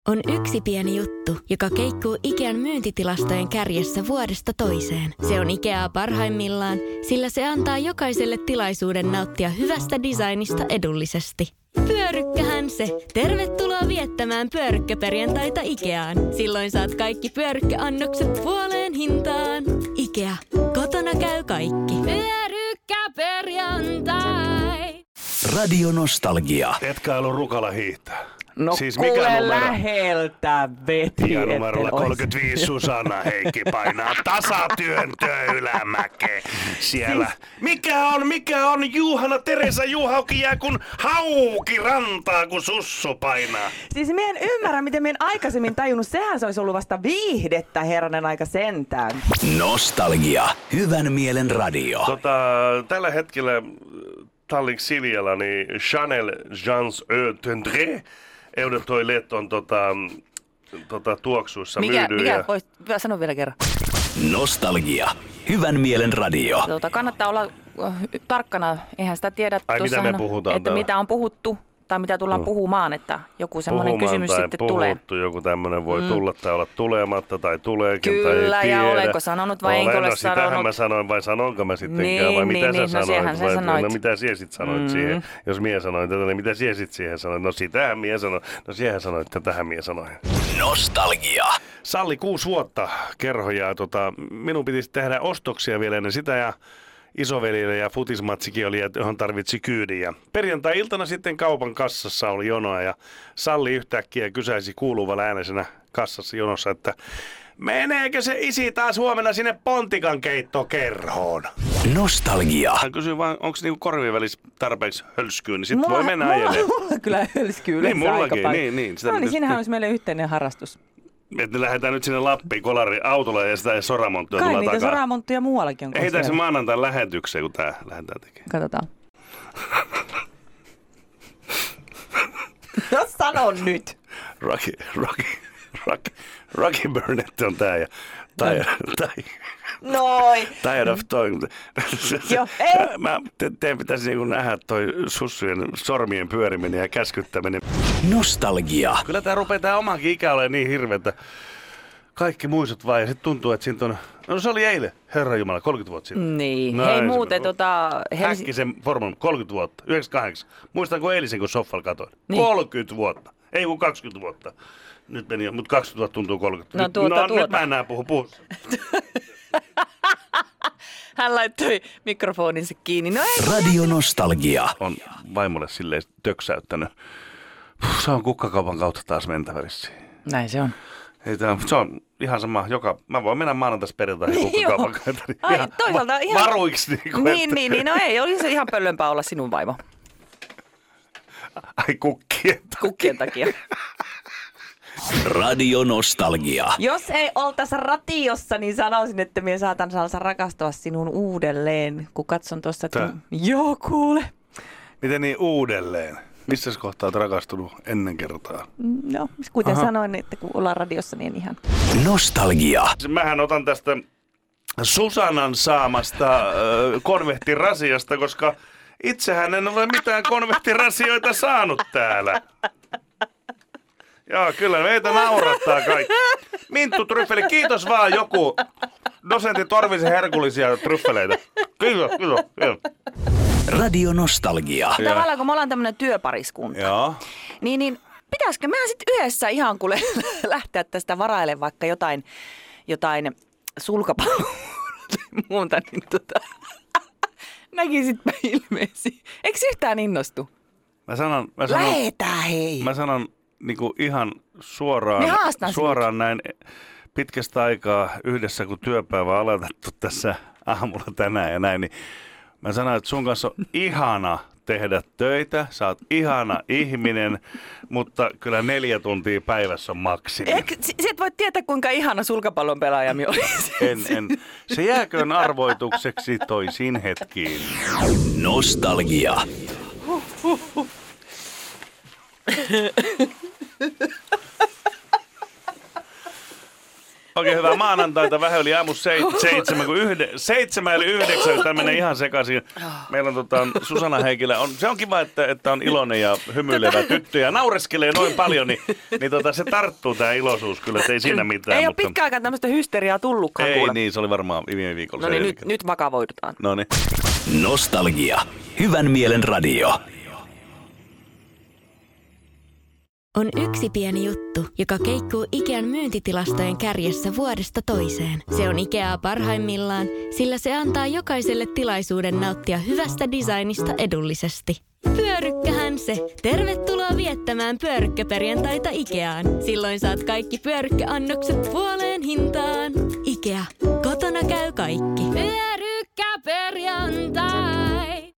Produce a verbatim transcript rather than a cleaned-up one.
On yksi pieni juttu, joka keikkuu Ikean myyntitilastojen kärjessä vuodesta toiseen. Se on Ikeaa parhaimmillaan, sillä se antaa jokaiselle tilaisuuden nauttia hyvästä designista edullisesti. Pyörykkähän se! Tervetuloa viettämään pyörykkäperjantaita Ikeaan. Silloin saat kaikki pyörykkäannokset puoleen hintaan. Ikea. Kotona käy kaikki. Pyörykkäperjantai! Radio Nostalgia. Etkä ollut rukala hiihtää. No siis kuule mikä numero? Läheltä veti. Ja numerolla kolmekymmentäviisi Susanna Heikki painaa tasatyöntöä ylämäkeen siellä. Siis... Mikä on, mikä on Juhana Teresa Juhauki jää kun hauki rantaa, kun sussu painaa. Siis mä en ymmärrä, miten mä en aikaisemmin tajunnut. Sehän se olisi ollut vasta viihdettä, herranen aika sentään. Nostalgia. Hyvän mielen radio. Tota, tällä hetkellä Tallik Siljalla niin Chanel Jeans Eau Tendre Eude Toilet on tota, tota, tuoksuissa mikä, myydy. mikä, ja... voit sanoa vielä kerran. Nostalgia. Hyvän mielen radio. Tota, kannattaa olla äh, tarkkana. Eihän sitä tiedä, Ai, mitä me puhutaan että täällä? Mitä on puhuttu tai mitä tullaan no. puhumaan, että joku semmoinen kysymys tai sitten puhuttu, tulee. Joku tämmöinen voi mm. tulla tai olla tulematta tai tuleekin Kyllä, tai ei tiedä. ja olenko sanonut vai enkö ole no, sanonut. Sitähän mä sanoin vai sanonko mä sittenkään niin, vai mitä niin, sä niin, sanoit? No, vai, sanoit. No mitä sinä sit sanoit mm. siihen? Jos mie sanoin tätä, niin mitä sinä sit siihen sanoit? No sitähän mie sanoin. No siehän sanoit, että tähän mie sanoin. Nostalgia. Salli kuusi vuotta kerhoja. Tota, minun pitisi tehdä ostoksia vielä ennen sitä ja isoveljille ja futismatsikin oli, johon tarvitsi kyydin. Ja perjantai-iltana sitten kaupan kassassa oli jonoa ja Salli yhtäkkiä kysäisi kuuluvalla äänisenä kassassa jonossa, että meneekö se isi taas huomenna sinne pontikan keittokerhoon? Nostalgia. Hän kysyy vaan, onko niinku korvien välissä tarpeeksi hölskyä, niin sitten voi mennä ajelemaan. Mulla kyllä hölskyy yleensä niin, mullakin, aika paljon. Niin, niin. No niin, siinähän olisi meille yhteinen harrastus. Että lähdetään nyt sinne Lappiin kolari autolla ja sitä soramonttua Kai tullaan niitä takaa. soramonttuja muuallakin on. Ei tässä maanantain lähetykseen, kun tää lähdetään tekemään. Katsotaan. No sano nyt. Rocky, Rocky, Rocky, Rocky Burnett on tää ja Tired, Noin. Tired of Toing. Joo, ei. Mä te, teidän pitäisi niinku nähdä toi sussujen sormien pyöriminen ja käskyttäminen. Nostalgia. Kyllä tää rupeaa tää omakin ikä olemaan niin hirveetä. Kaikki muistot vaan ja sit tuntuu, että siitä on... No se oli eilen, herranjumala, kolmekymmentä vuotta sitten. Niin. No, hei muuten tota... Helsi... Häkkisen Forman kolmekymmentä vuotta, yhdeksänkymmentäkahdeksan. Muistanko eilisen, kun soffalla katoin? Niin. kolmekymmentä vuotta. Ei kun kaksikymmentä vuotta. Nyt meni, mutta kaksikymmentä vuotta tuntuu kolmekymmentä. No, tuota, no tuota. Nyt mä enää puhu, puhu. Hän laittoi mikrofoninsa kiinni. No ei. Radio Nostalgia. On vaimolle silleen töksäyttänyt. Puh, se on kukkakaupan kautta taas mentävä vissiin. Näin se on. Ei, tää, se on ihan sama. Joka, mä voin mennä maanantais perjantaihin kukkakaupan kautta. Niin ai, ihan toisaalta va- ihan... Varuiksi. Niin, kuin, niin, että... niin, niin, no ei. Oli se ihan pöllömpää olla sinun vaimo. Ai kukkien takia. Kukkien takia. Radio Nostalgia. Jos ei oltaisi ratiossa, niin sanoisin, että minä saatan saada rakastua sinun uudelleen, kun katson tuossa, että... Tää. Joo, kuule. Miten niin uudelleen? Missä kohtaa olet rakastunut ennen kertaa? No, kuten Aha. sanoin, että kun ollaan radiossa, niin ihan... Nostalgia. Mähän otan tästä Susanan saamasta äh, konvehtirasiasta, koska itsehän en ole mitään konvehtirasioita saanut täällä. Joo, kyllä meitä naurattaa kaikki. Minttu tryffeli, kiitos vaan joku dosentti Torvisen herkullisia tryffeleitä. Kiitos, kiitos, kiitos. Radio Nostalgia. Tavallaan kun me ollaan tämmönen työpariskunta, Joo. niin, niin pitäisikö mehän sitten yhdessä ihan kuule lähteä tästä varailemaan vaikka jotain, jotain sulkapalloa tai muuta, niin tota, näkisitpä ilmeesi. Eikö yhtään innostu? Mä sanon, mä sanon, Lähetään hei! mä sanon niinku ihan suoraan, suoraan näin pitkästä aikaa yhdessä, kun työpäivä on aloitettu tässä aamulla tänään ja näin, niin mä sanon, että sun kanssa on ihana tehdä töitä, sä oot ihana ihminen, mutta kyllä neljä tuntia päivässä on maksimi. Eikö, sä et voi tietää, kuinka ihana sulkapallon pelaajami oli. En, en. Se jääköön arvoitukseksi toisiin hetkiin. Nostalgia. Oikein hyvää maanantaita, vähän yli aamu se, seitsemän, kun yhde, seitsemän eli yhdeksän, tämä menee ihan sekaisin. Meillä on tota, Susanna Heikkilä, on, se on kiva, että, että on iloinen ja hymyilevä tyttö ja naureskelee noin paljon, niin, niin tota, se tarttuu tämä iloisuus kyllä, että ei siinä mitään. Ei mutta... ole pitkä aikaan tämmöistä hysteriaa tullutkaan. Ei kuule. niin, se oli varmaan viime viikolla. No niin, nyt, nyt vakavoidutaan. No niin. Nostalgia. Hyvän mielen radio. On yksi pieni juttu, joka keikkuu Ikean myyntitilastojen kärjessä vuodesta toiseen. Se on Ikeaa parhaimmillaan, sillä se antaa jokaiselle tilaisuuden nauttia hyvästä designista edullisesti. Pyörykkähän se! Tervetuloa viettämään pyörykkäperjantaita Ikeaan. Silloin saat kaikki pyörykkäannokset puoleen hintaan. Ikea. Kotona käy kaikki. Pyörykkäperjantai!